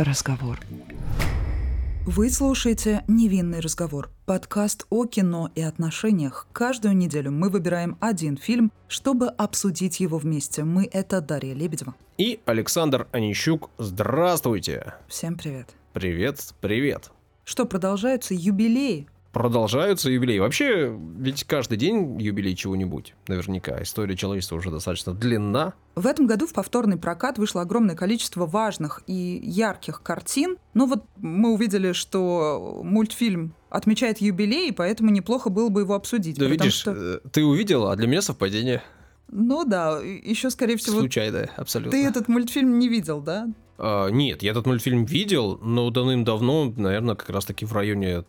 разговор. Вы слушаете «Невинный разговор» – подкаст о кино и отношениях. Каждую неделю мы выбираем один фильм, чтобы обсудить его вместе. Мы – это Дарья Лебедева. И Александр Онищук. Здравствуйте! Всем привет. Привет. Что, продолжаются юбилеи? Продолжаются юбилеи. Вообще, ведь каждый день юбилей чего-нибудь. Наверняка. История человечества уже достаточно длинна. В этом году в повторный прокат вышло огромное количество важных и ярких картин. Но вот мы увидели, что мультфильм отмечает юбилей, поэтому неплохо было бы его обсудить. Да видишь, ты увидела, а для меня совпадение. Ну да, еще, скорее всего... Случайное, абсолютно. Ты этот мультфильм не видел, да? Нет, я этот мультфильм видел, но давным-давно, наверное, как раз-таки в районе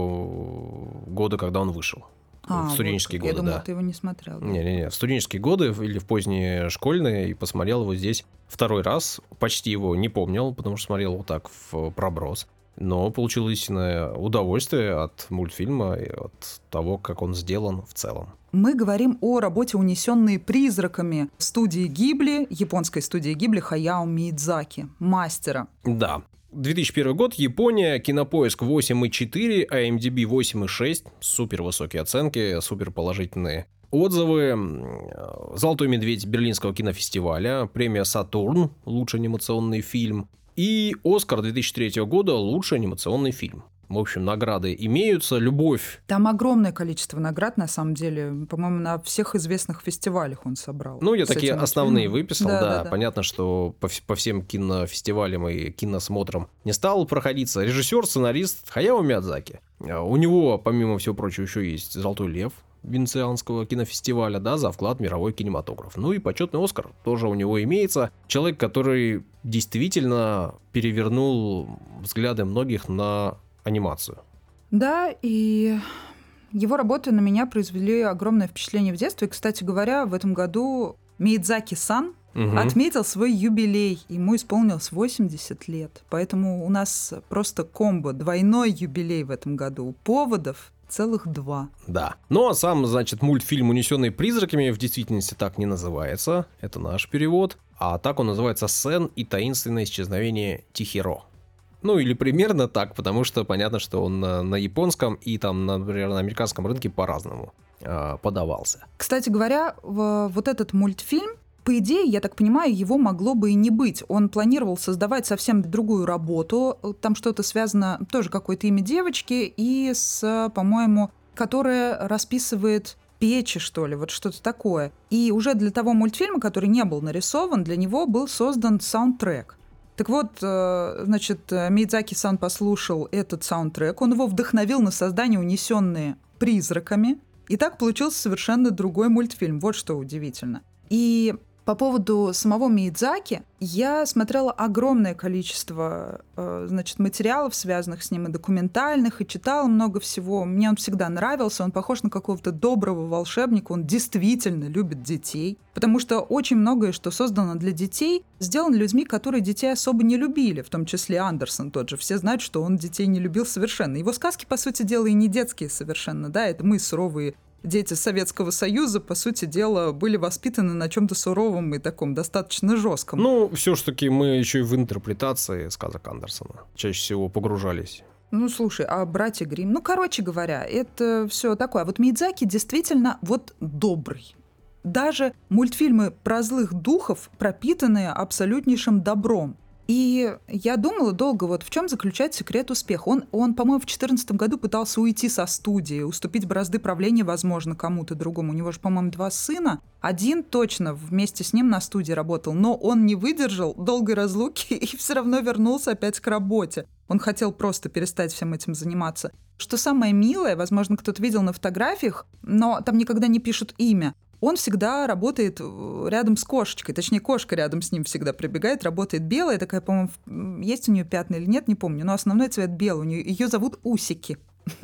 того года, когда он вышел. В студенческие годы, я думала, да. Ты его не смотрел. Да? Не, в студенческие годы или в поздние школьные, и посмотрел его здесь второй раз. Почти его не помнил, потому что смотрел вот так в проброс. Но получил истинное удовольствие от мультфильма и от того, как он сделан в целом. Мы говорим о работе «Унесенные призраками» студии Гибли, японской студии Гибли Хаяо Миядзаки, мастера. Да. 2001 год, Япония, Кинопоиск 8,4, IMDb 8,6, супер высокие оценки, супер положительные отзывы. «Золотой медведь» Берлинского кинофестиваля, премия «Сатурн», лучший анимационный фильм, и «Оскар» 2003 года, лучший анимационный фильм. В общем, награды имеются, любовь. Там огромное количество наград, на самом деле. По-моему, на всех известных фестивалях он собрал. Ну, я такие основные фильмом выписал, да. Понятно, что по всем кинофестивалям и киносмотрам не стал проходиться. Режиссер, сценарист Хаяо Миядзаки. У него, помимо всего прочего, еще есть «Золотой лев» Венецианского кинофестиваля, да, за вклад в мировой кинематограф. Ну и почетный Оскар тоже у него имеется. Человек, который действительно перевернул взгляды многих на анимацию. Да, и его работы на меня произвели огромное впечатление в детстве. И, кстати говоря, в этом году Миядзаки-сан отметил свой юбилей. Ему исполнилось 80 лет. Поэтому у нас просто комбо, двойной юбилей в этом году. Поводов целых 2. Да. Ну, а сам, значит, мультфильм «Унесенные призраками» в действительности так не называется. Это наш перевод. А так он называется «Сен и таинственное исчезновение Тихиро». Ну, или примерно так, потому что понятно, что он на японском и там, например, на американском рынке по-разному подавался. Кстати говоря, вот этот мультфильм, по идее, я так понимаю, его могло бы и не быть. Он планировал создавать совсем другую работу. Там что-то связано, тоже какое-то имя девочки, и с, по-моему, которая расписывает печи, что ли, вот что-то такое. И уже для того мультфильма, который не был нарисован, для него был создан саундтрек. Так вот, значит, Миядзаки-сан послушал этот саундтрек, он его вдохновил на создание «Унесенные призраками», и так получился совершенно другой мультфильм. Вот что удивительно. И по поводу самого Миядзаки я смотрела огромное количество, значит, материалов, связанных с ним, и документальных, и читала много всего. Мне он всегда нравился, он похож на какого-то доброго волшебника, он действительно любит детей, потому что очень многое, что создано для детей, сделано людьми, которые детей особо не любили, в том числе Андерсон тот же. Все знают, что он детей не любил совершенно. Его сказки, по сути дела, и не детские совершенно, да, это мы суровые дети Советского Союза, по сути дела, были воспитаны на чем-то суровом и таком достаточно жестком. Ну, все-таки мы еще и в интерпретации сказок Андерсона чаще всего погружались. Ну, слушай, а братья Гримм? Ну, короче говоря, это все такое. А вот Миядзаки действительно вот добрый. Даже мультфильмы про злых духов пропитанные абсолютнейшим добром. И я думала долго, вот в чем заключается секрет успеха. Он, по-моему, в 2014 году пытался уйти со студии, уступить бразды правления, возможно, кому-то другому. У него же, по-моему, 2 сына. Один точно вместе с ним на студии работал, но он не выдержал долгой разлуки и все равно вернулся опять к работе. Он хотел просто перестать всем этим заниматься. Что самое милое, возможно, кто-то видел на фотографиях, но там никогда не пишут имя. Он всегда работает рядом с кошечкой, точнее, кошка рядом с ним всегда прибегает, работает белая, такая, по-моему, есть у нее пятна или нет, не помню, но основной цвет белый, ее зовут Усики.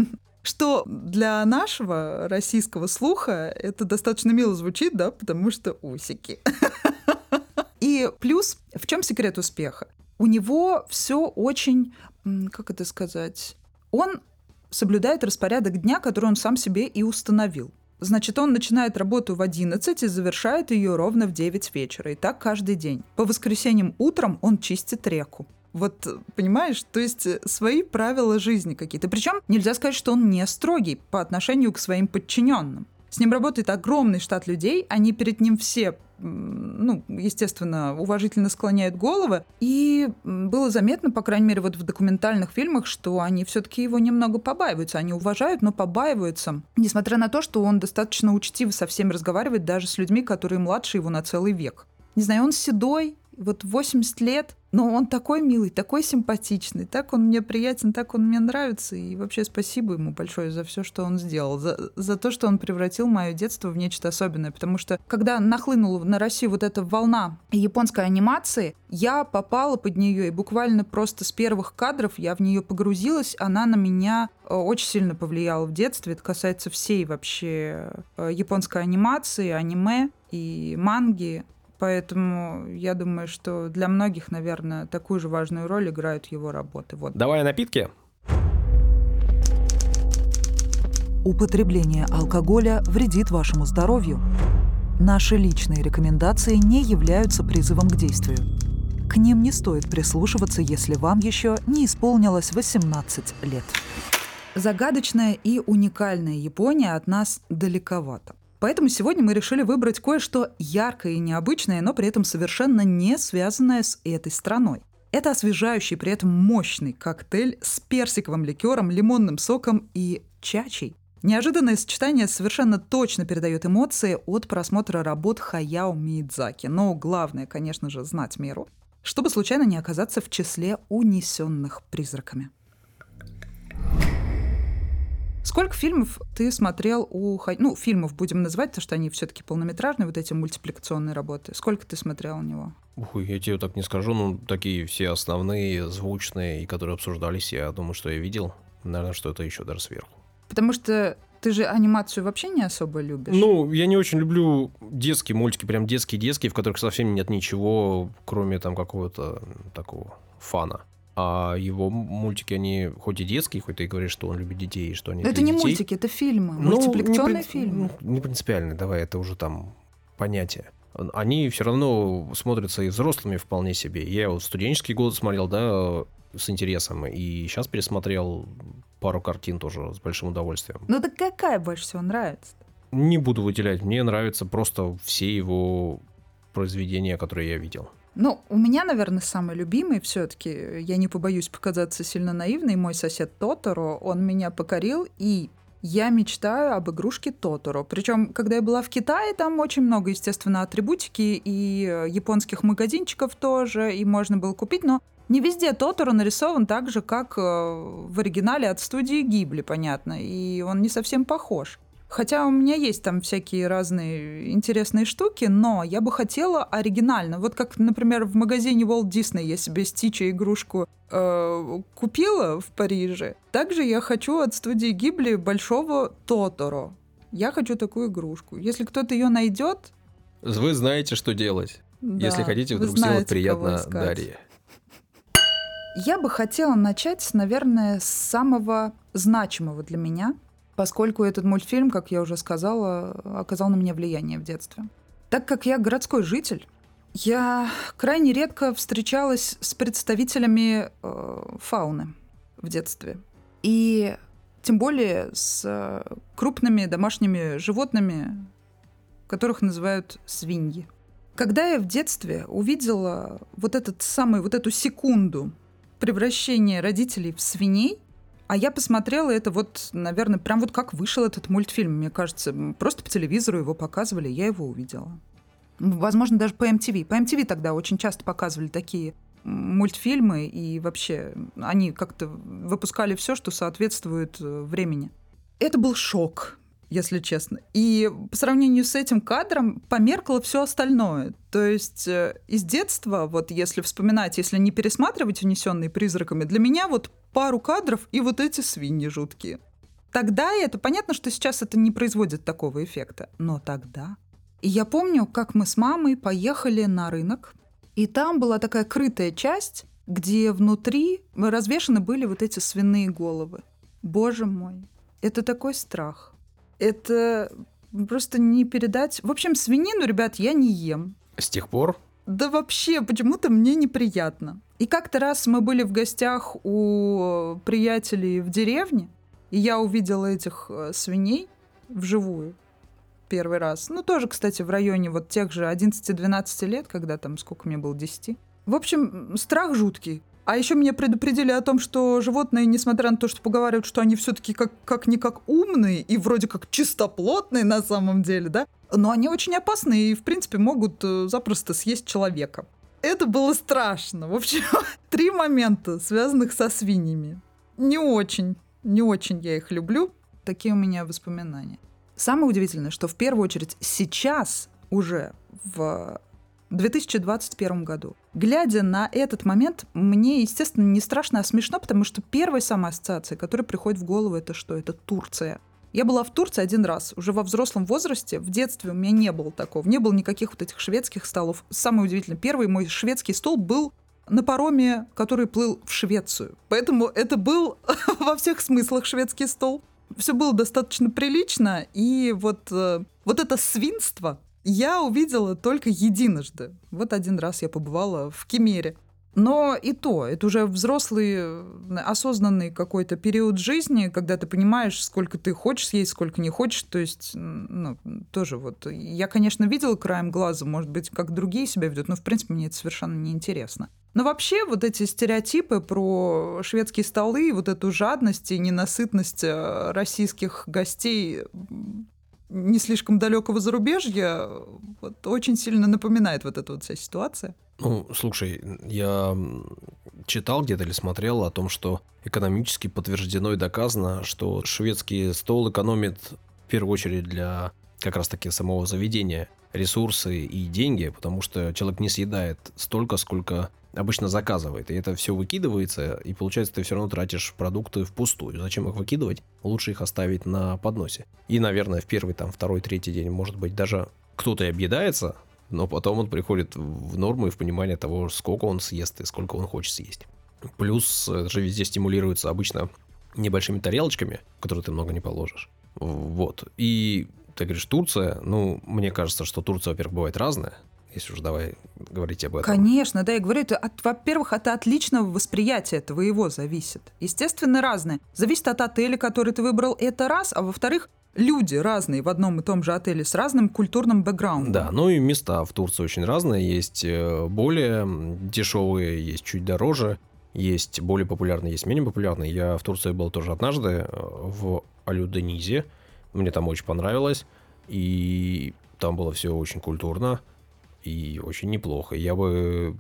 Что для нашего российского слуха это достаточно мило звучит, да, потому что усики. И плюс, в чем секрет успеха? У него все очень, как это сказать, он соблюдает распорядок дня, который он сам себе и установил. Значит, он начинает работу в 11 и завершает ее ровно в 9 вечера. И так каждый день. По воскресеньям утром он чистит реку. Вот, понимаешь, то есть свои правила жизни какие-то. Причем нельзя сказать, что он не строгий по отношению к своим подчиненным. С ним работает огромный штат людей, они перед ним все, естественно, уважительно склоняют головы. И было заметно, по крайней мере, вот в документальных фильмах, что они все-таки его немного побаиваются. Они уважают, но побаиваются. Несмотря на то, что он достаточно учтиво со всеми разговаривает, даже с людьми, которые младше его на целый век. Не знаю, он седой, вот 80 лет, но он такой милый, такой симпатичный, так он мне приятен, так он мне нравится. И вообще спасибо ему большое за все, что он сделал, за то, что он превратил мое детство в нечто особенное. Потому что, когда нахлынула на Россию вот эта волна японской анимации, я попала под нее, и буквально просто с первых кадров я в нее погрузилась. Она на меня очень сильно повлияла в детстве. Это касается всей вообще японской анимации, аниме и манги. Поэтому я думаю, что для многих, наверное, такую же важную роль играют его работы. Вот. Давай напитки. Употребление алкоголя вредит вашему здоровью. Наши личные рекомендации не являются призывом к действию. К ним не стоит прислушиваться, если вам еще не исполнилось 18 лет. Загадочная и уникальная Япония от нас далековато. Поэтому сегодня мы решили выбрать кое-что яркое и необычное, но при этом совершенно не связанное с этой страной. Это освежающий, при этом мощный коктейль с персиковым ликером, лимонным соком и чачей. Неожиданное сочетание совершенно точно передает эмоции от просмотра работ Хаяо Миядзаки. Но главное, конечно же, знать меру, чтобы случайно не оказаться в числе унесенных призраками. Сколько фильмов ты смотрел фильмов будем называть, потому что они все-таки полнометражные, вот эти мультипликационные работы. Сколько ты смотрел у него? Я тебе так не скажу, но такие все основные, звучные, и которые обсуждались, я думаю, что я видел. Наверное, что это еще даже сверху. Потому что ты же анимацию вообще не особо любишь. Я не очень люблю детские мультики, прям детские-детские, в которых совсем нет ничего, кроме там какого-то такого фана. А его мультики, они хоть и детские, хоть ты говоришь, что он любит детей, что они... Это не детей. Мультики, это фильмы, мультипликационные фильмы. Не принципиально, давай, это уже там понятие. Они все равно смотрятся и взрослыми вполне себе. Я вот студенческий год смотрел, да, с интересом, и сейчас пересмотрел пару картин тоже с большим удовольствием. Так какая больше всего нравится? Не буду выделять, мне нравятся просто все его произведения, которые я видел. У меня, наверное, самый любимый все-таки, я не побоюсь показаться сильно наивной, мой сосед Тоторо, он меня покорил, и я мечтаю об игрушке Тоторо. Причем, когда я была в Китае, там очень много, естественно, атрибутики и японских магазинчиков тоже, и можно было купить, но не везде Тоторо нарисован так же, как в оригинале от студии Гибли, понятно, и он не совсем похож. Хотя у меня есть там всякие разные интересные штуки, но я бы хотела оригинально. Вот как, например, в магазине Walt Disney я себе Стича игрушку купила в Париже. Также я хочу от студии Гибли большого Тоторо. Я хочу такую игрушку. Если кто-то ее найдет... Вы знаете, что делать. Да, если хотите вдруг сделать приятно Дарье. Я бы хотела начать, наверное, с самого значимого для меня, поскольку этот мультфильм, как я уже сказала, оказал на меня влияние в детстве. Так как я городской житель, я крайне редко встречалась с представителями фауны в детстве. И тем более с крупными домашними животными, которых называют свиньи. Когда я в детстве увидела вот эту секунду превращения родителей в свиней, а я посмотрела это наверное, прям как вышел этот мультфильм. Мне кажется, просто по телевизору его показывали, я его увидела. Возможно, даже по MTV. По MTV тогда очень часто показывали такие мультфильмы, и вообще они как-то выпускали все, что соответствует времени. Это был шок, если честно. И по сравнению с этим кадром померкло все остальное. То есть из детства, если вспоминать, если не пересматривать «Унесенные призраками», для меня пару кадров и эти свиньи жуткие. Тогда это понятно, что сейчас это не производит такого эффекта, но тогда... И я помню, как мы с мамой поехали на рынок, и там была такая крытая часть, где внутри развешаны были эти свиные головы. Боже мой, это такой страх. Это просто не передать. В общем, свинину, ребят, я не ем. С тех пор да вообще почему-то мне неприятно. И как-то раз мы были в гостях у приятелей в деревне, и я увидела этих свиней вживую первый раз. Ну, тоже, кстати, в районе вот тех же 11-12 лет, когда там, сколько мне было, 10. В общем, страх жуткий. А еще меня предупредили о том, что животные, несмотря на то, что поговаривают, что они все-таки как-никак умные и вроде как чистоплотные на самом деле, да, но они очень опасны и, в принципе, могут запросто съесть человека. Это было страшно. В общем, 3 момента, связанных со свиньями. Не очень я их люблю. Такие у меня воспоминания. Самое удивительное, что в первую очередь сейчас уже в 2021 году, глядя на этот момент, мне, естественно, не страшно, а смешно, потому что первая самая ассоциация, которая приходит в голову, это что? Это Турция. Я была в Турции 1 раз, уже во взрослом возрасте. В детстве у меня не было такого, не было никаких вот этих шведских столов. Самое удивительное, первый мой шведский стол был на пароме, который плыл в Швецию. Поэтому это был во всех смыслах шведский стол. Все было достаточно прилично, и вот это свинство я увидела только единожды. Вот 1 раз я побывала в Кемере. Но и то, это уже взрослый, осознанный какой-то период жизни, когда ты понимаешь, сколько ты хочешь съесть, сколько не хочешь. То есть, тоже вот... Я, конечно, видела краем глаза, может быть, как другие себя ведут, но, в принципе, мне это совершенно неинтересно. Но вообще вот эти стереотипы про шведские столы, вот эту жадность и ненасытность российских гостей не слишком далекого зарубежья вот, очень сильно напоминает вот эта вот вся ситуация. Ну, слушай, я читал где-то или смотрел о том, что экономически подтверждено и доказано, что шведский стол экономит в первую очередь для как раз-таки самого заведения ресурсы и деньги, потому что человек не съедает столько, сколько обычно заказывает, и это все выкидывается, и получается, ты все равно тратишь продукты впустую. Зачем их выкидывать? Лучше их оставить на подносе. И, наверное, в первый, там, второй, третий день, может быть, даже кто-то и объедается, но потом он приходит в норму и в понимание того, сколько он съест и сколько он хочет съесть. Плюс же везде стимулируется обычно небольшими тарелочками, в которые ты много не положишь. Вот. И ты говоришь, Турция, ну, мне кажется, что Турция, во-первых, бывает разная, если уж давай говорить об этом. Конечно, да, я говорю, во-первых, это от личного восприятия твоего зависит. Естественно, разное. Зависит от отеля, который ты выбрал, это раз, а во-вторых, люди разные в одном и том же отеле с разным культурным бэкграундом. Да, ну и места в Турции очень разные. Есть более дешевые, есть чуть дороже, есть более популярные, есть менее популярные. Я в Турции был тоже однажды в Алю-Денизе. Мне там очень понравилось. И там было все очень культурно и очень неплохо. Я бы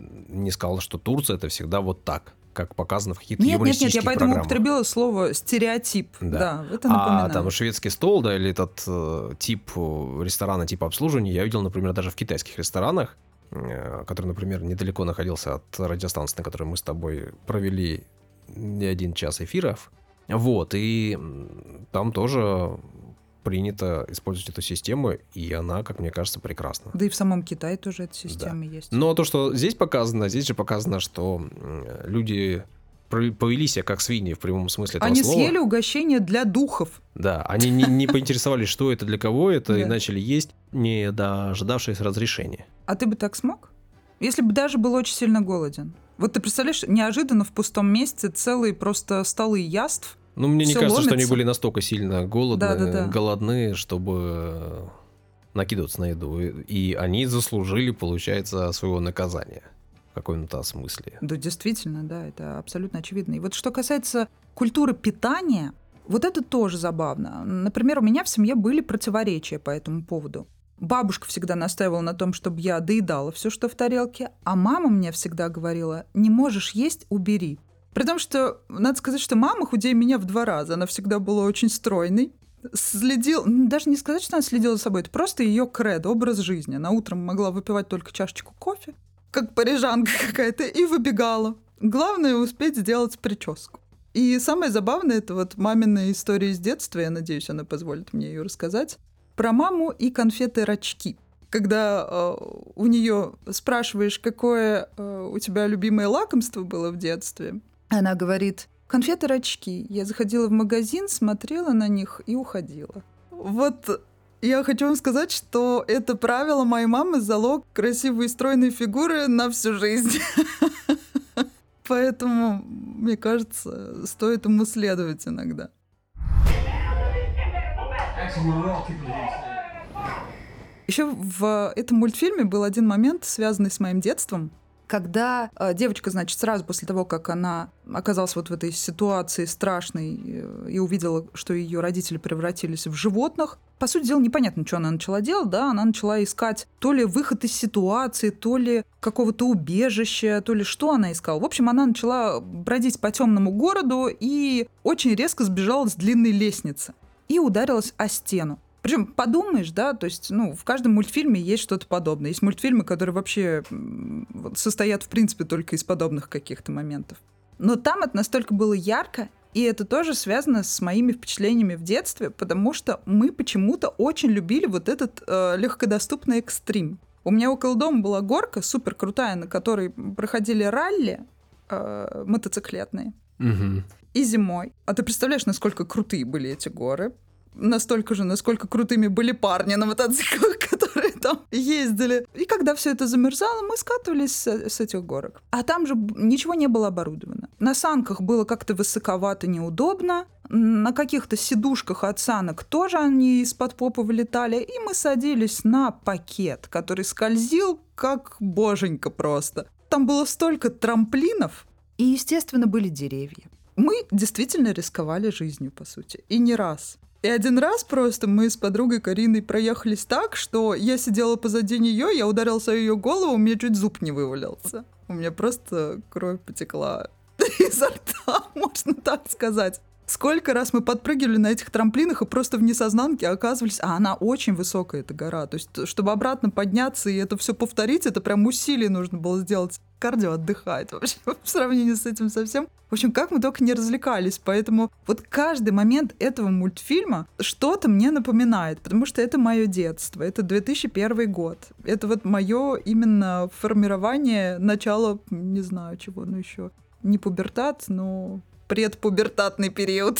не сказал, что Турция — это всегда вот так, как показано в каких-то юмористических программах. Нет, я поэтому употребила слово «стереотип». Да, это напоминает. А там шведский стол, да, или этот тип ресторана, тип обслуживания, я видел, например, даже в китайских ресторанах, который, например, недалеко находился от радиостанции, на которой мы с тобой провели не 1 час эфиров. Вот, и там тоже принято использовать эту систему, и она, как мне кажется, прекрасна. Да и в самом Китае тоже эта система есть. Но то, что здесь показано, здесь же показано, что люди повели себя как свиньи в прямом смысле этого слова. Они съели угощение для духов. Да, они не поинтересовались, что это, для кого это, и начали есть, не дождавшись разрешения. А ты бы так смог? Если бы даже был очень сильно голоден. Вот ты представляешь, неожиданно в пустом месте целые просто столы яств. Ну, мне не кажется, ломится. что они были настолько сильно голодны, чтобы накидываться на еду. И они заслужили, получается, своего наказания в каком-то смысле. Да, действительно, да, это абсолютно очевидно. И вот что касается культуры питания, вот это тоже забавно. Например, у меня в семье были противоречия по этому поводу. Бабушка всегда настаивала на том, чтобы я доедала все, что в тарелке, а мама мне всегда говорила: не можешь есть — убери. При том, что, надо сказать, что мама худее меня в 2 раза. Она всегда была очень стройной. Следила, даже не сказать, что она следила за собой, это просто ее кредо, образ жизни. Она утром могла выпивать только чашечку кофе, как парижанка какая-то, и выбегала. Главное — успеть сделать прическу. И самое забавное — это вот мамина история из детства, я надеюсь, она позволит мне ее рассказать, про маму и конфеты-рачки. Когда у нее спрашиваешь, какое у тебя любимое лакомство было в детстве, она говорит: конфеты-рачки. Я заходила в магазин, смотрела на них и уходила. Вот Я хочу вам сказать, что это правило моей мамы — залог красивой и стройной фигуры на всю жизнь. Поэтому, мне кажется, стоит ему следовать иногда. Еще в этом мультфильме был один момент, связанный с моим детством, когда девочка, значит, сразу после того, как она оказалась вот в этой ситуации страшной и увидела, что ее родители превратились в животных, по сути дела, непонятно, что она начала делать, да, она начала искать то ли выход из ситуации, то ли какого-то убежища, то ли что она искала. В общем, она начала бродить по темному городу и очень резко сбежала с длинной лестницы и ударилась о стену. Причем подумаешь, да, то есть, в каждом мультфильме есть что-то подобное. Есть мультфильмы, которые вообще состоят, в принципе, только из подобных каких-то моментов. Но там это настолько было ярко, и это тоже связано с моими впечатлениями в детстве, потому что мы почему-то очень любили вот этот легкодоступный экстрим. У меня около дома была горка супер крутая, на которой проходили ралли мотоциклетные. Угу. И зимой. А ты представляешь, насколько крутые были эти горы? Настолько же, насколько крутыми были парни на мотоциклах, которые там ездили. И когда все это замерзало, мы скатывались с этих горок. А там же ничего не было оборудовано. На санках было как-то высоковато, неудобно. На каких-то сидушках от санок тоже они из-под попы вылетали. И мы садились на пакет, который скользил как боженька просто. Там было столько трамплинов. И, естественно, были деревья. Мы действительно рисковали жизнью, по сути. И не раз. И один раз просто мы с подругой Кариной проехались так, что я сидела позади нее, я ударился о ее голову, у меня чуть зуб не вывалился. У меня просто кровь потекла изо рта, можно так сказать. Сколько раз мы подпрыгивали на этих трамплинах и просто в несознанке оказывались... А она очень высокая, эта гора. То есть, чтобы обратно подняться и это все повторить, это прям усилие нужно было сделать. Кардио отдыхает вообще в сравнении с этим совсем. В общем, как мы только не развлекались. Поэтому вот каждый момент этого мультфильма что-то мне напоминает, потому что это мое детство, это 2001 год. Это вот мое именно формирование, начало, не знаю чего, но еще не пубертат, но предпубертатный период.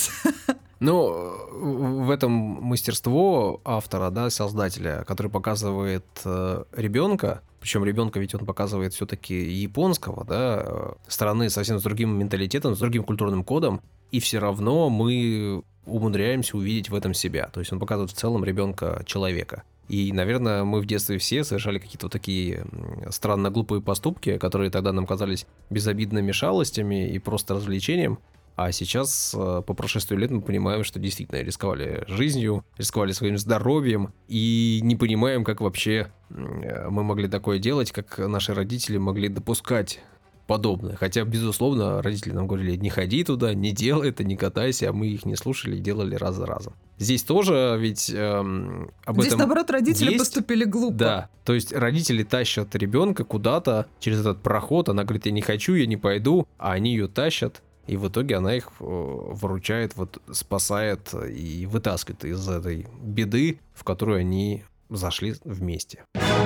Ну, в этом мастерство автора, да, создателя, который показывает ребенка, причем ребенка ведь он показывает все-таки японского, да, страны совсем с другим менталитетом, с другим культурным кодом, и все равно мы умудряемся увидеть в этом себя. То есть он показывает в целом ребенка человека. И, наверное, мы в детстве все совершали какие-то вот такие странно глупые поступки, которые тогда нам казались безобидными шалостями и просто развлечением. А сейчас, по прошествию лет, мы понимаем, что действительно рисковали жизнью, рисковали своим здоровьем, и не понимаем, как вообще мы могли такое делать, как наши родители могли допускать подобное. Хотя, безусловно, родители нам говорили: не ходи туда, не делай это, не катайся, а мы их не слушали и делали раз за разом. Здесь тоже ведь об Здесь, этом наоборот, родители есть. поступили глупо. Да, то есть родители тащат ребенка куда-то через этот проход, она говорит: я не хочу, я не пойду, а они ее тащат. И в итоге она их выручает, вот спасает и вытаскивает из этой беды, в которую они зашли вместе.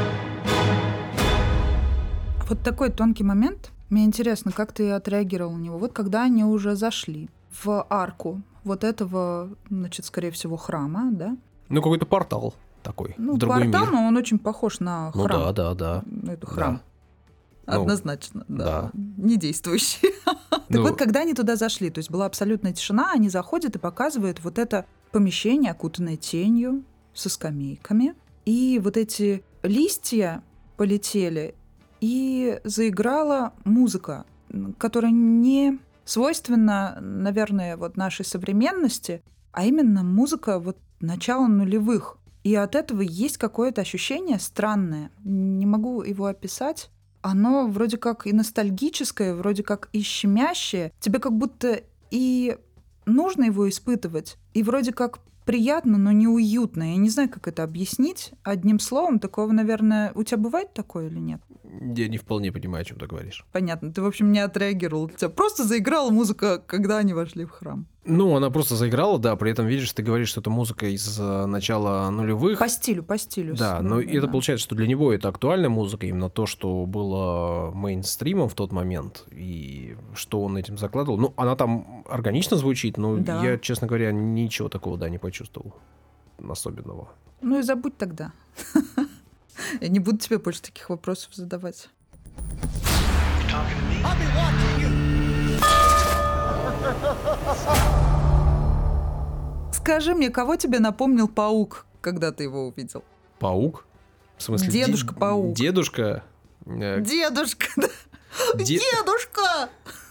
Вот такой тонкий момент. Мне интересно, как ты отреагировал на него. Вот когда они уже зашли в арку вот этого, значит, скорее всего, храма, да? Ну, какой-то портал такой, в другой портал, мир. но он очень похож на храм. Ну да. Это храм. Да. Однозначно, да. да. Не действующий. Так вот, когда они туда зашли, то есть была абсолютная тишина, они заходят и показывают вот это помещение, окутанное тенью, со скамейками. И вот эти листья полетели, и заиграла музыка, которая не свойственна, наверное, вот нашей современности, а именно музыка вот начала нулевых. И от этого есть какое-то ощущение странное. Не могу его описать. Оно вроде как и ностальгическое, вроде как и щемящее. Тебе как будто и нужно его испытывать, и вроде как приятно, но неуютно. Я не знаю, как это объяснить одним словом. Такого, наверное, у тебя бывает такое или нет? Я не вполне понимаю, о чем ты говоришь. Понятно. Ты, в общем, не отреагировал. У тебя просто заиграла музыка, когда они вошли в храм. Ну, она просто заиграла, да, при этом, видишь, ты говоришь, что это музыка из начала нулевых. По стилю. Да, но это получается, что для него это актуальная музыка, именно то, что было мейнстримом в тот момент, и что он этим закладывал. Ну, она там органично звучит, но Да. я, честно говоря, ничего такого, да, не почувствовал. особенного. Ну и забудь тогда. Я не буду тебе больше таких вопросов задавать. Скажи мне, кого тебе напомнил паук, когда ты его увидел? Паук? В смысле? Дедушка-паук. Дедушка? Дедушка, да. Дедушка!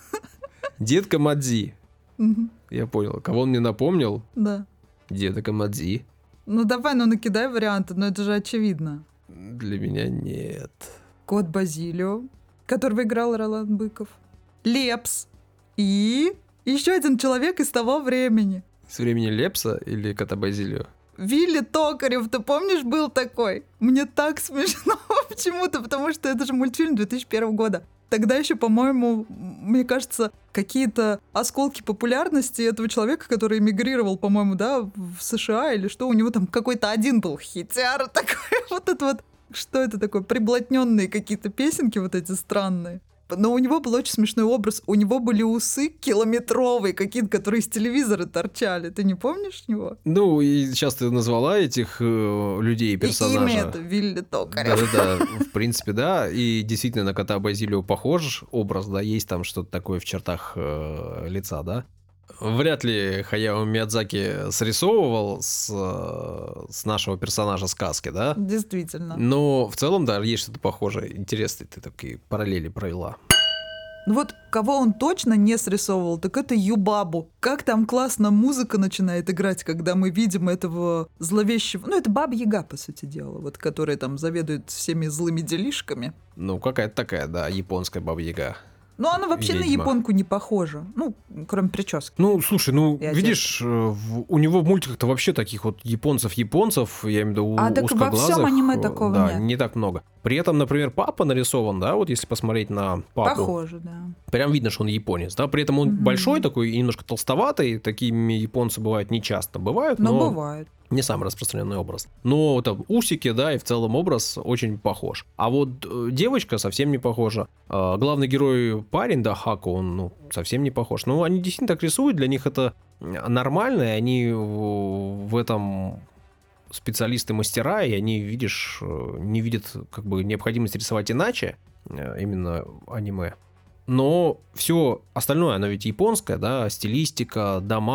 Дед Камадзи. Я понял. Кого он мне напомнил? Да. Деда Камадзи. Ну давай, накидай варианты, но это же очевидно. Для меня нет. Кот Базилио, которого играл Ролан Быков. Лепс. И еще один человек из того времени. С времени Лепса или Кота Базилио? Вилли Токарев, ты помнишь, был такой? Мне так смешно почему-то, потому что это же мультфильм 2001 года. Тогда еще, по-моему, мне кажется, какие-то осколки популярности этого человека, который эмигрировал, по-моему, да, в США или что, у него там какой-то один был хитяра такой, вот это вот, что это такое, приблотненные какие-то песенки вот эти странные. Но у него был очень смешной образ. У него были усы километровые какие-то, которые из телевизора торчали. Ты не помнишь его? Ну, и сейчас ты назвала этих людей, персонажа. И имя это Вилли Токарев. Да-да-да, в принципе, да. И действительно на кота Базилио похож образ, да, есть там что-то такое в чертах лица, да. Вряд ли Хаяо Миядзаки срисовывал с нашего персонажа сказки, да? Действительно. Но в целом, да, есть что-то похожее. Интересно, ты такие параллели провела. Вот кого он точно не срисовывал, так это Юбабу. Как там классно музыка начинает играть, когда мы видим этого зловещего... Ну, это Баба-Яга, по сути дела, вот, которая там заведует всеми злыми делишками. Ну, какая-то такая, да, японская Баба-Яга. Ну, она вообще Ведьма. на японку не похожа. Ну, кроме прически. Ну, слушай, И видишь, у него в мультиках-то вообще таких вот японцев, я имею в виду так узкоглазых. во всем аниме такого да, нет. не так много. При этом, например, папа нарисован, да, вот если посмотреть на папу. Похоже, да. Прям видно, что он японец, да, при этом он большой такой и немножко толстоватый, такими японцы бывают нечасто, бывают, но бывает. не самый распространенный образ. Но там усики, да, и в целом образ очень похож. А вот девочка совсем не похожа. Главный герой парень, да, Хаку, он совсем не похож. Но они действительно так рисуют, для них это нормально, и они в этом специалисты-мастера, и они, видишь, не видят как бы необходимости рисовать иначе, именно аниме. Но все остальное, оно ведь японское, да, стилистика,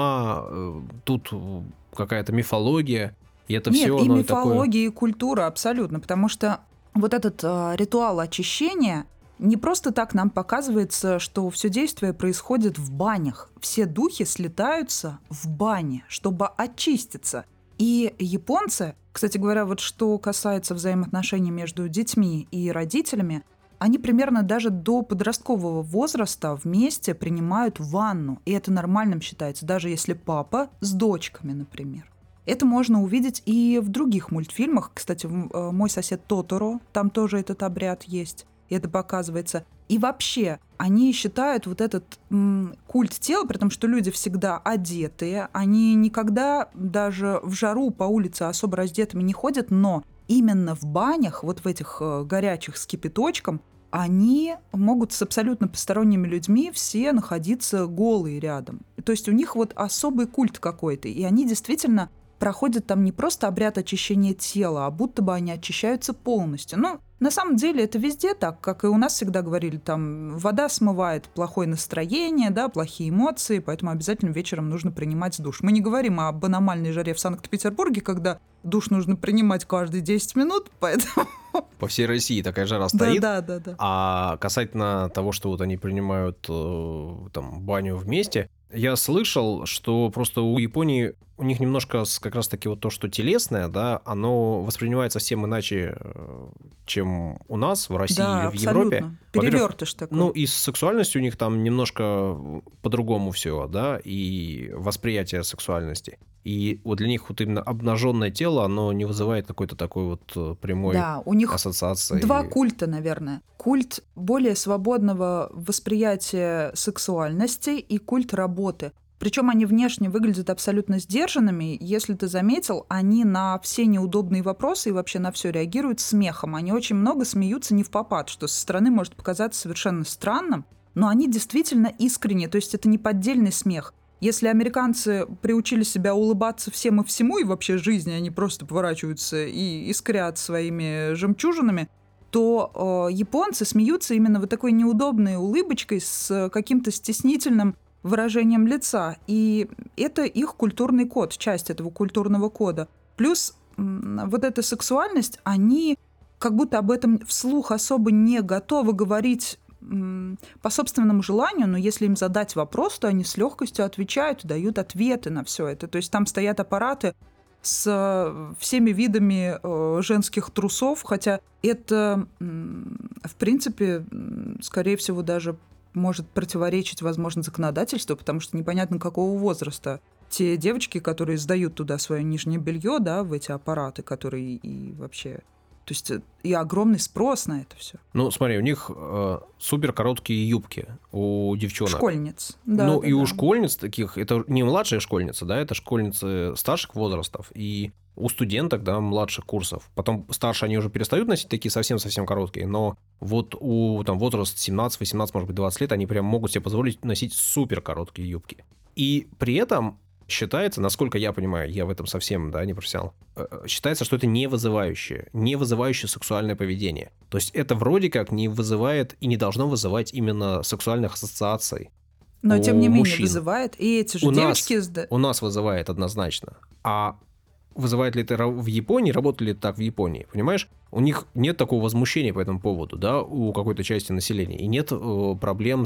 дома, тут какая-то мифология, и это Нет, все и оно мифология, такое... и культура, абсолютно, потому что вот этот ритуал очищения не просто так нам показывается, что все действие происходит в банях. Все духи слетаются в бане, чтобы очиститься. И японцы, кстати говоря, вот что касается взаимоотношений между детьми и родителями, они примерно даже до подросткового возраста вместе принимают ванну. И это нормальным считается, даже если папа с дочками, например. Это можно увидеть и в других мультфильмах. Кстати, «Мой сосед Тоторо», там тоже этот обряд есть. И это показывается. И вообще, они считают вот этот культ тела, при том, что люди всегда одетые, они никогда даже в жару по улице особо раздетыми не ходят, но именно в банях, вот в этих горячих с кипяточком, они могут с абсолютно посторонними людьми все находиться голые рядом. То есть у них вот особый культ какой-то, и они действительно проходят там не просто обряд очищения тела, а будто бы они очищаются полностью. Ну, на самом деле это везде так, как и у нас всегда говорили, там вода смывает плохое настроение, да, плохие эмоции, поэтому обязательно вечером нужно принимать душ. Мы не говорим об аномальной жаре в Санкт-Петербурге, когда душ нужно принимать каждые 10 минут, поэтому... По всей России такая жара стоит. Да. А касательно того, что вот они принимают там баню вместе, я слышал, что просто у Японии у них немножко как раз-таки вот то, что телесное, да, оно воспринимается совсем иначе, чем у нас в России да, или в Европе. Перевертыш такой. Ну, и с сексуальностью у них там немножко по-другому все, да, и восприятие сексуальности. И вот для них вот именно обнаженное тело, оно не вызывает какой-то такой вот прямой да, у них ассоциации. Два культа, наверное. Культ более свободного восприятия сексуальности и культ работы. Причем они внешне выглядят абсолютно сдержанными. Если ты заметил, они на все неудобные вопросы и вообще на все реагируют смехом. Они очень много смеются невпопад, что со стороны может показаться совершенно странным, но они действительно искренне, то есть это не поддельный смех. Если американцы приучили себя улыбаться всем и всему, и вообще жизни, они просто поворачиваются и искрят своими жемчужинами, то японцы смеются именно вот такой неудобной улыбочкой с каким-то стеснительным выражением лица. И это их культурный код, часть этого культурного кода. Плюс вот эта сексуальность, они как будто об этом вслух особо не готовы говорить по собственному желанию, но если им задать вопрос, то они с легкостью отвечают и дают ответы на все это. То есть там стоят аппараты с всеми видами женских трусов, хотя это, в принципе, скорее всего, даже может противоречить, возможно, законодательству, потому что непонятно, какого возраста те девочки, которые сдают туда свое нижнее белье, да, в эти аппараты, которые и вообще... То есть и огромный спрос на это все. Ну, смотри, у них супер короткие юбки у девчонок. Школьниц. Да, ну, да, и да. у школьниц таких, это не младшая школьница, да, это школьницы старших возрастов. И у студенток, да, младших курсов. Потом старше они уже перестают носить такие совсем-совсем короткие, но вот у там возраст 17, 18, может быть, 20 лет, они прям могут себе позволить носить супер короткие юбки. И при этом считается, насколько я понимаю, я в этом совсем, да, не профессионал, считается, что это не вызывающее сексуальное поведение. То есть это вроде как не вызывает и не должно вызывать именно сексуальных ассоциаций. Но, тем не менее, мужчин. Вызывает. И эти же девочки... У нас вызывает однозначно. А вызывает ли это в Японии, работает ли это так в Японии, понимаешь? У них нет такого возмущения по этому поводу, да, у какой-то части населения. И нет проблем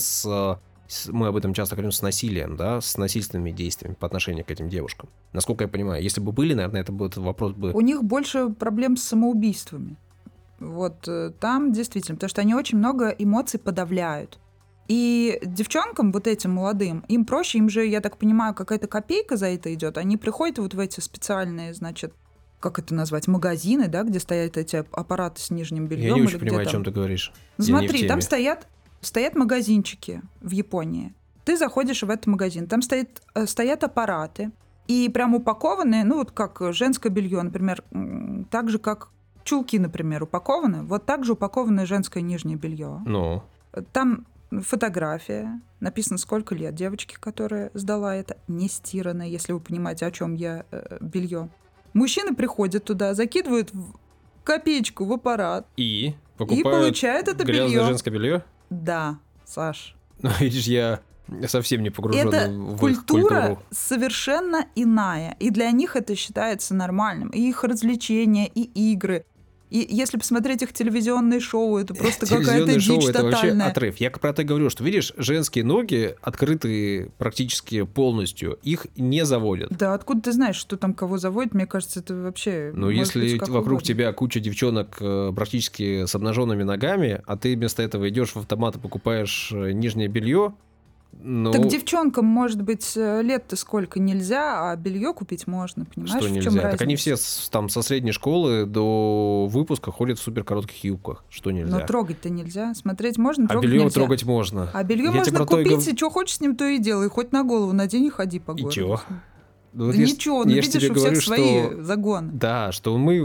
мы об этом часто говорим, с насилием, да, с насильственными действиями по отношению к этим девушкам. Насколько я понимаю, если бы были, наверное, этот вопрос бы... У них больше проблем с самоубийствами. Вот там действительно, потому что они очень много эмоций подавляют. И девчонкам, вот этим молодым, им проще, им же, я так понимаю, какая-то копейка за это идет. Они приходят вот в эти специальные, значит, как это назвать, магазины, да, где стоят эти аппараты с нижним бельем. Я не очень понимаю, о чем ты говоришь. Смотри, там стоят магазинчики в Японии. Ты заходишь в этот магазин, там стоят аппараты, и прям упакованные, ну вот как женское белье, например, так же, как чулки, например, упакованы, вот так же упаковано женское нижнее белье. Ну. Там фотография, написано, сколько лет девочке, которая сдала это, не стиранное, если вы понимаете, о чем я, белье. Мужчины приходят туда, закидывают копеечку в аппарат И покупают получают это грязное белье. женское белье? Да, Саш. Ну, видишь, я совсем не погружен Это в их культуру. культура совершенно иная. И для них это считается нормальным. И их развлечения, и игры. И если посмотреть их телевизионные шоу, это просто какая-то дичь шоу, это тотальная. вообще отрыв. Я про это говорю, что, видишь, женские ноги открыты практически полностью, их не заводят. Да, откуда ты знаешь, что там кого заводит? Мне кажется, это вообще... Но если вокруг тебя куча девчонок практически с обнаженными ногами, а ты вместо этого идешь в автомат и покупаешь нижнее белье, ну... Так девчонкам, может быть, лет-то сколько нельзя, а белье купить можно, понимаешь? Что в нельзя? чем разница? Так они все там со средней школы до выпуска ходят в суперкоротких юбках. Что нельзя? Но трогать-то нельзя. Смотреть можно, а трогать белье нельзя. трогать можно. А белье Я тебе можно про то и купить, и что хочешь с ним, то и делай. Хоть на голову надень и ходи по городу. И чё? Да Вот ничего, ну я ж видишь, тебе у всех говорю, свои что... загоны. Да, что мы,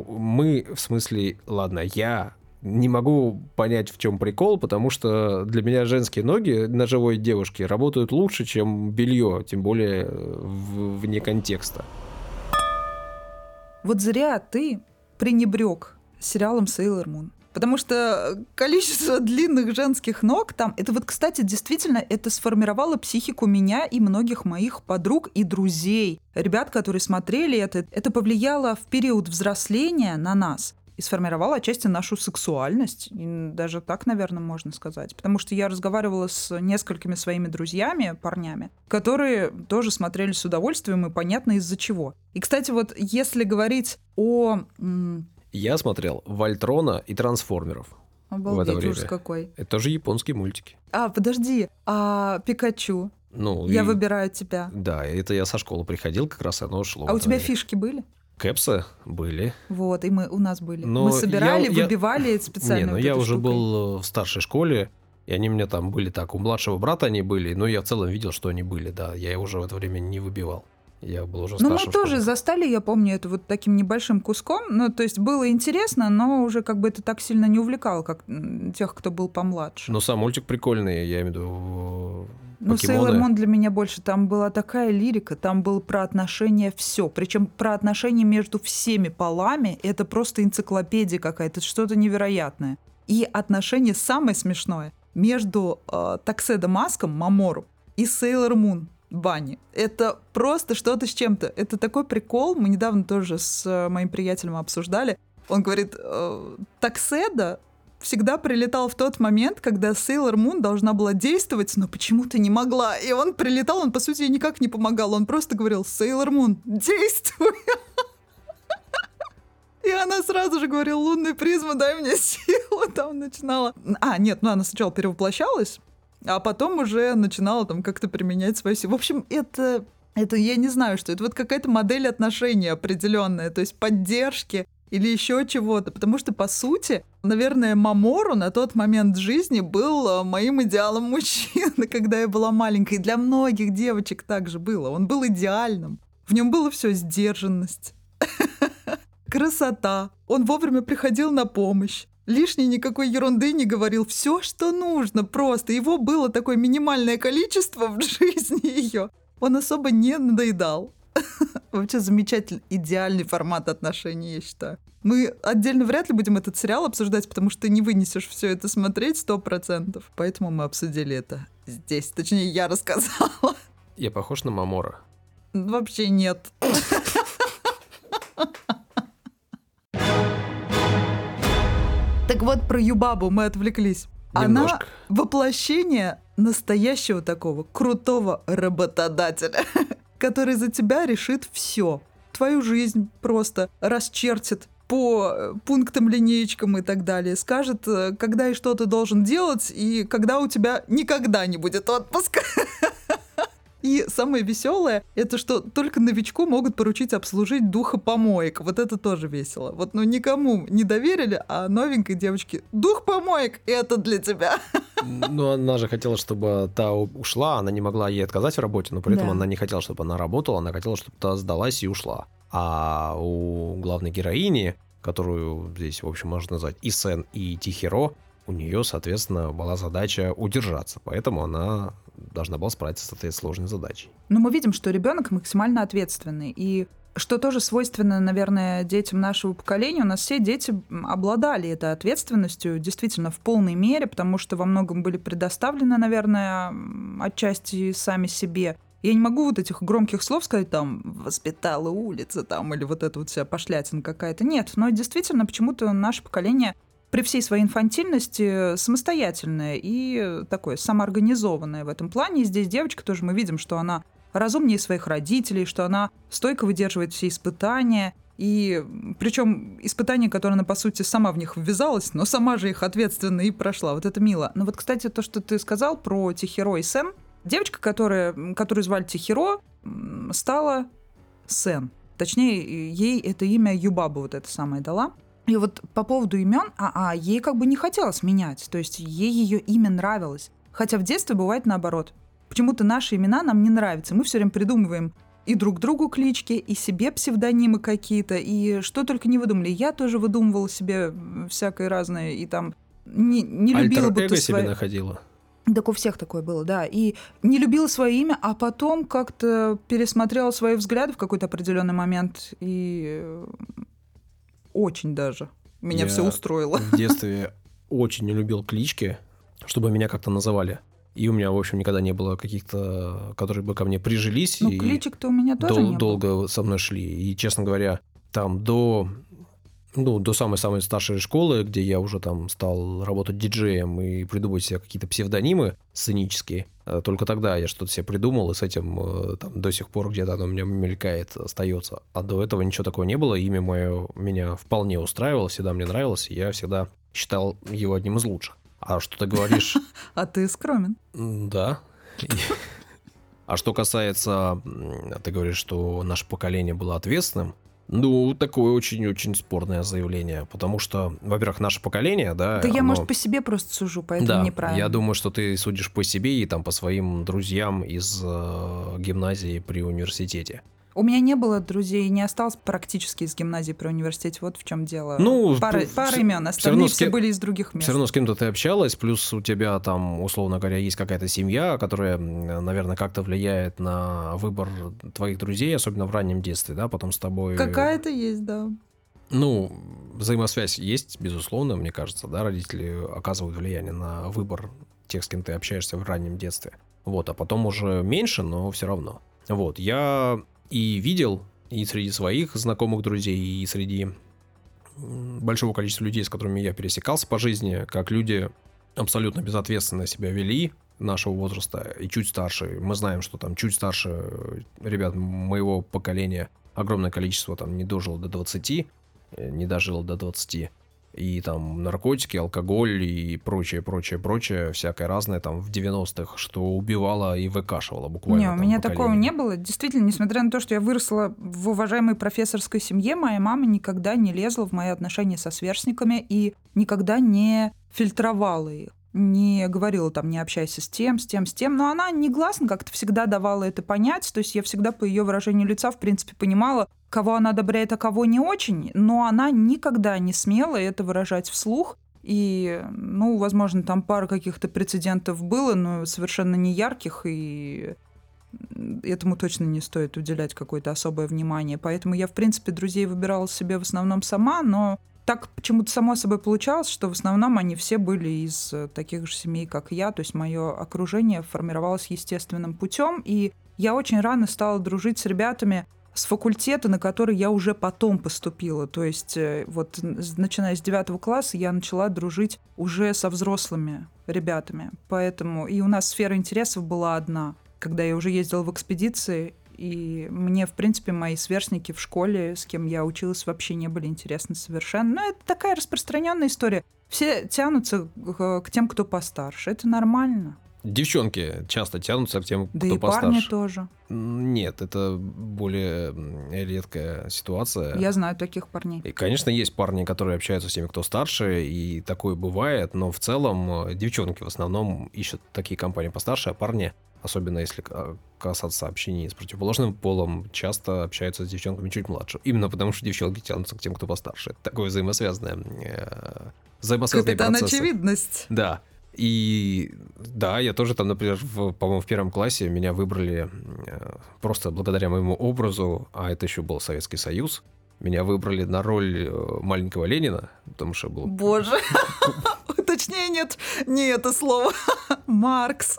в смысле, ладно, я не могу понять, в чем прикол, потому что для меня женские ноги на живой девушке работают лучше, чем белье, тем более вне контекста. Вот зря ты пренебрег сериалом Sailor Moon. Потому что количество длинных женских ног там, это вот, кстати, действительно, это сформировало психику меня и многих моих подруг и друзей. Ребят, которые смотрели это повлияло в период взросления на нас и сформировало отчасти нашу сексуальность. И даже так, наверное, можно сказать. Потому что я разговаривала с несколькими своими друзьями, парнями, которые тоже смотрели с удовольствием, и понятно из-за чего. И, кстати, вот если говорить о... Я смотрел Вольтрона и Трансформеров. Обалдеть, ужас какой. Это тоже японские мультики. Подожди, Пикачу? Ну, я выбираю тебя. Да, это я со школы приходил, как раз оно шло. А у тебя фишки были? Кэпсы были. Вот, и у нас были. Но мы собирали, выбивали специально. Не, вот я этой уже штукой. был в старшей школе, и они у меня там были так. У младшего брата они были, но я в целом видел, что они были, да. Я уже в это время не выбивал. Я был уже старшим. Ну, мы тоже застали, я помню, это вот таким небольшим куском. Ну, то есть было интересно, но уже как бы это так сильно не увлекало, как тех, кто был помладше. Но сам мультик прикольный, я имею в виду Ну, покемоны. Sailor Moon для меня больше. Там была такая лирика, там было про отношения все. Причем про отношения между всеми полами. Это просто энциклопедия какая-то, что-то невероятное. И отношения самое смешное между Такседо Маском, Мамору, и Sailor Moon, Банни. Это просто что-то с чем-то. Это такой прикол. Мы недавно тоже с моим приятелем обсуждали. Он говорит, Такседо всегда прилетал в тот момент, когда Sailor Moon должна была действовать, но почему-то не могла. И он прилетал, он, по сути, ей никак не помогал. Он просто говорил: Sailor Moon, действуй! И она сразу же говорила: лунная призма, дай мне силу. Там начинала... Нет, она сначала перевоплощалась, а потом уже начинала там как-то применять свою силу. В общем, это я не знаю, что это. Вот какая-то модель отношений определенная, то есть поддержки или еще чего-то. Потому что, по сути, наверное, Мамору на тот момент жизни был моим идеалом мужчины, когда я была маленькой. И для многих девочек так же было. Он был идеальным. В нем было все: сдержанность, красота. Он вовремя приходил на помощь. Лишней никакой ерунды не говорил. Все, что нужно, просто. Его было такое минимальное количество в жизни ее. Он особо не надоедал. Вообще замечательный, идеальный формат отношений, я считаю. Мы отдельно вряд ли будем этот сериал обсуждать, потому что ты не вынесешь все это смотреть 100%. Поэтому мы обсудили это здесь. Точнее, я рассказала. Я похож на Мамора? Вообще нет. Так вот, про Юбабу мы отвлеклись. Немножко. Она воплощение настоящего такого крутого работодателя, который за тебя решит все. Твою жизнь просто расчертит по пунктам, линеечкам и так далее. Скажет, когда и что ты должен делать, и когда у тебя никогда не будет отпуска. И самое веселое, это что только новичку могут поручить обслужить духа помоек. Вот это тоже весело. Вот, никому не доверили, а новенькой девочке: дух помоек, это для тебя. Ну, она же хотела, чтобы та ушла, она не могла ей отказать в работе, но при этом она не хотела, чтобы она работала, она хотела, чтобы та сдалась и ушла. А у главной героини, которую здесь, в общем, можно назвать и Сен, и Тихиро, у нее, соответственно, была задача удержаться, поэтому она должна была справиться с этой сложной задачей. Но мы видим, что ребенок максимально ответственный, и что тоже свойственно, наверное, детям нашего поколения. У нас все дети обладали этой ответственностью действительно в полной мере, потому что во многом были предоставлены, наверное, отчасти сами себе. Я не могу вот этих громких слов сказать, там, воспитала улица, там, или вот эта вот вся пошлятина какая-то. Нет, но действительно почему-то наше поколение при всей своей инфантильности самостоятельное и такое самоорганизованное в этом плане. И здесь девочка тоже, мы видим, что она разумнее своих родителей, что она стойко выдерживает все испытания. И причем испытания, которые она, по сути, сама в них ввязалась, но сама же их ответственно и прошла. Вот это мило. Но вот, кстати, то, что ты сказал про Тихиро и Сен. Девочка, которую звали Тихиро, стала Сен. Точнее, ей это имя Юбаба вот это самое дала. И вот по поводу имен, ей как бы не хотелось менять. То есть ей ее имя нравилось. Хотя в детстве бывает наоборот. Почему-то наши имена нам не нравятся. Мы все время придумываем и друг другу клички, и себе псевдонимы какие-то, и что только не выдумали. Я тоже выдумывала себе всякое разное, и там не любила бы ты себе находила. Так у всех такое было, да. И не любила свое имя, а потом как-то пересмотрела свои взгляды в какой-то определенный момент, и очень даже меня все устроило. В детстве очень не любил клички, чтобы меня как-то называли. И у меня, в общем, никогда не было каких-то, которые бы ко мне прижились. Ну, кличек-то у меня тоже не было. Долго со мной шли. И, честно говоря, там до самой-самой старшей школы, где я уже там стал работать диджеем и придумывать себе какие-то псевдонимы сценические, только тогда я что-то себе придумал, и с этим там, до сих пор где-то оно у меня мелькает, остается. А до этого ничего такого не было, имя мое меня вполне устраивало, всегда мне нравилось, и я всегда считал его одним из лучших. А что ты говоришь? А ты скромен. Да. А что касается, ты говоришь, что наше поколение было ответственным, ну, такое очень-очень спорное заявление, потому что, во-первых, наше поколение, да... Да я, может, по себе просто сужу, поэтому неправильно. Я думаю, что ты судишь по себе и там по своим друзьям из гимназии при университете. У меня не было друзей, не осталось практически из гимназии при университете. Вот в чем дело. Ну, пара имен, остальные все были из других мест. Все равно с кем-то ты общалась, плюс у тебя там, условно говоря, есть какая-то семья, которая, наверное, как-то влияет на выбор твоих друзей, особенно в раннем детстве, да, потом с тобой... Какая-то есть, да. Ну, взаимосвязь есть, безусловно, мне кажется, да, родители оказывают влияние на выбор тех, с кем ты общаешься в раннем детстве. Вот, а потом уже меньше, но все равно. Вот, я и видел, и среди своих знакомых друзей, и среди большого количества людей, с которыми я пересекался по жизни, как люди абсолютно безответственно себя вели нашего возраста и чуть старше. Мы знаем, что там чуть старше ребят моего поколения огромное количество там не дожило до 20, не дожило до 20. И там наркотики, алкоголь и прочее, всякое разное там в 90-х, что убивало и выкашивало буквально. Не, у меня такого не было. Действительно, несмотря на то, что я выросла в уважаемой профессорской семье, моя мама никогда не лезла в мои отношения со сверстниками и никогда не фильтровала их. Не говорила там, не общайся с тем. Но она негласно как-то всегда давала это понять. То есть я всегда по ее выражению лица, в принципе, понимала, кого она одобряет, а кого не очень. Но она никогда не смела это выражать вслух. И, ну, возможно, там пара каких-то прецедентов было, но совершенно не ярких. И этому точно не стоит уделять какое-то особое внимание. Поэтому я, в принципе, друзей выбирала себе в основном сама, но... Так почему-то само собой получалось, что в основном они все были из таких же семей, как я. То есть мое окружение формировалось естественным путем. И я очень рано стала дружить с ребятами с факультета, на который я уже потом поступила. То есть вот начиная с 9 класса я начала дружить уже со взрослыми ребятами. Поэтому и у нас сфера интересов была одна. Когда я уже ездила в экспедиции, и мне, в принципе, мои сверстники в школе, с кем я училась, вообще не были интересны совершенно. Но это такая распространенная история. Все тянутся к тем, кто постарше. Это нормально. Девчонки часто тянутся к тем, да кто и постарше. Парни тоже. Нет, это более редкая ситуация. Я знаю таких парней. И, конечно, есть парни, которые общаются с теми, кто старше, и такое бывает, но в целом девчонки в основном ищут такие компании постарше, а парни, особенно если касаться общения с противоположным полом, часто общаются с девчонками чуть младше. Именно потому, что девчонки тянутся к тем, кто постарше. Это такое взаимосвязанный Капитан процесс. Очевидность. Да. И да, я тоже там, например, по-моему, в 1 классе меня выбрали просто благодаря моему образу, а это еще был Советский Союз, меня выбрали на роль маленького Ленина, потому что был... Боже, точнее нет, не это слово, Маркс.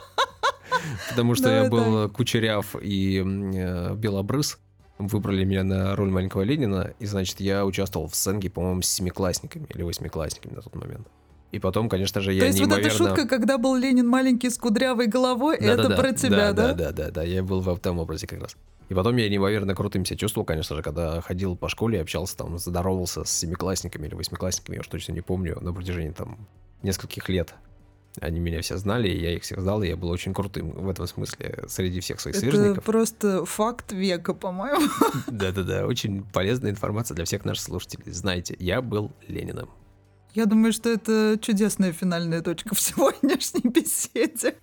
Потому что я был кучеряв и белобрыс. Выбрали меня на роль маленького Ленина, и, значит, я участвовал в сценке, по-моему, с 7-классниками или 8-классниками на тот момент. И потом, конечно же, я неимоверно... То есть вот эта шутка, когда был Ленин маленький с кудрявой головой, это про тебя, да? Да, я был в этом образе как раз. И потом я неимоверно крутым себя чувствовал, конечно же, когда ходил по школе, общался там, здоровался с 7-классниками или 8-классниками, я уж точно не помню, на протяжении там нескольких лет. Они меня все знали, и я их всех знал, и я был очень крутым в этом смысле среди всех своих сверстников. Это просто факт века, по-моему. Да, очень полезная информация для всех наших слушателей. Знаете, я был Лениным. Я думаю, что это чудесная финальная точка в сегодняшней беседе.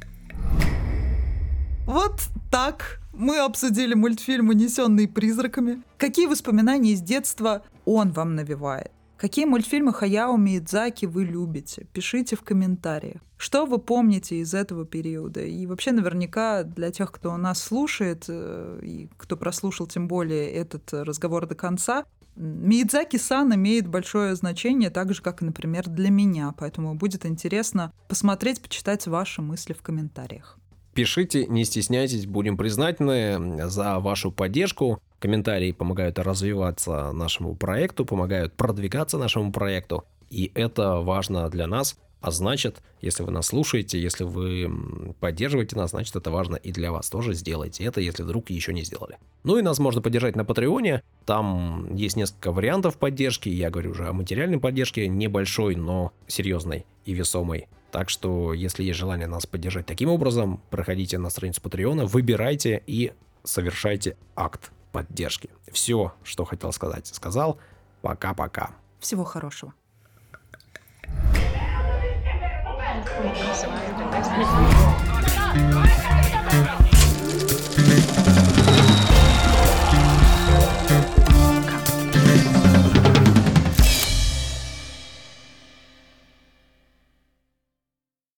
Вот так мы обсудили мультфильм «Унесенные призраками». Какие воспоминания из детства он вам навевает? Какие мультфильмы Хаяо Миядзаки вы любите? Пишите в комментариях. Что вы помните из этого периода? И вообще наверняка для тех, кто нас слушает, и кто прослушал тем более этот разговор до конца, Миядзаки-сан имеет большое значение, так же, как и, например, для меня. Поэтому будет интересно посмотреть, почитать ваши мысли в комментариях. Пишите, не стесняйтесь, будем признательны за вашу поддержку. Комментарии помогают развиваться нашему проекту, помогают продвигаться нашему проекту. И это важно для нас. А значит, если вы нас слушаете, если вы поддерживаете нас, значит, это важно и для вас. Тоже сделайте это, если вдруг еще не сделали. Ну и нас можно поддержать на Патреоне. Там есть несколько вариантов поддержки. Я говорю уже о материальной поддержке, небольшой, но серьезной и весомой. Так что, если есть желание нас поддержать таким образом, проходите на страницу Патреона, выбирайте и совершайте акт поддержки. Все, что хотел сказать, сказал. Пока-пока. Всего хорошего. Thank you.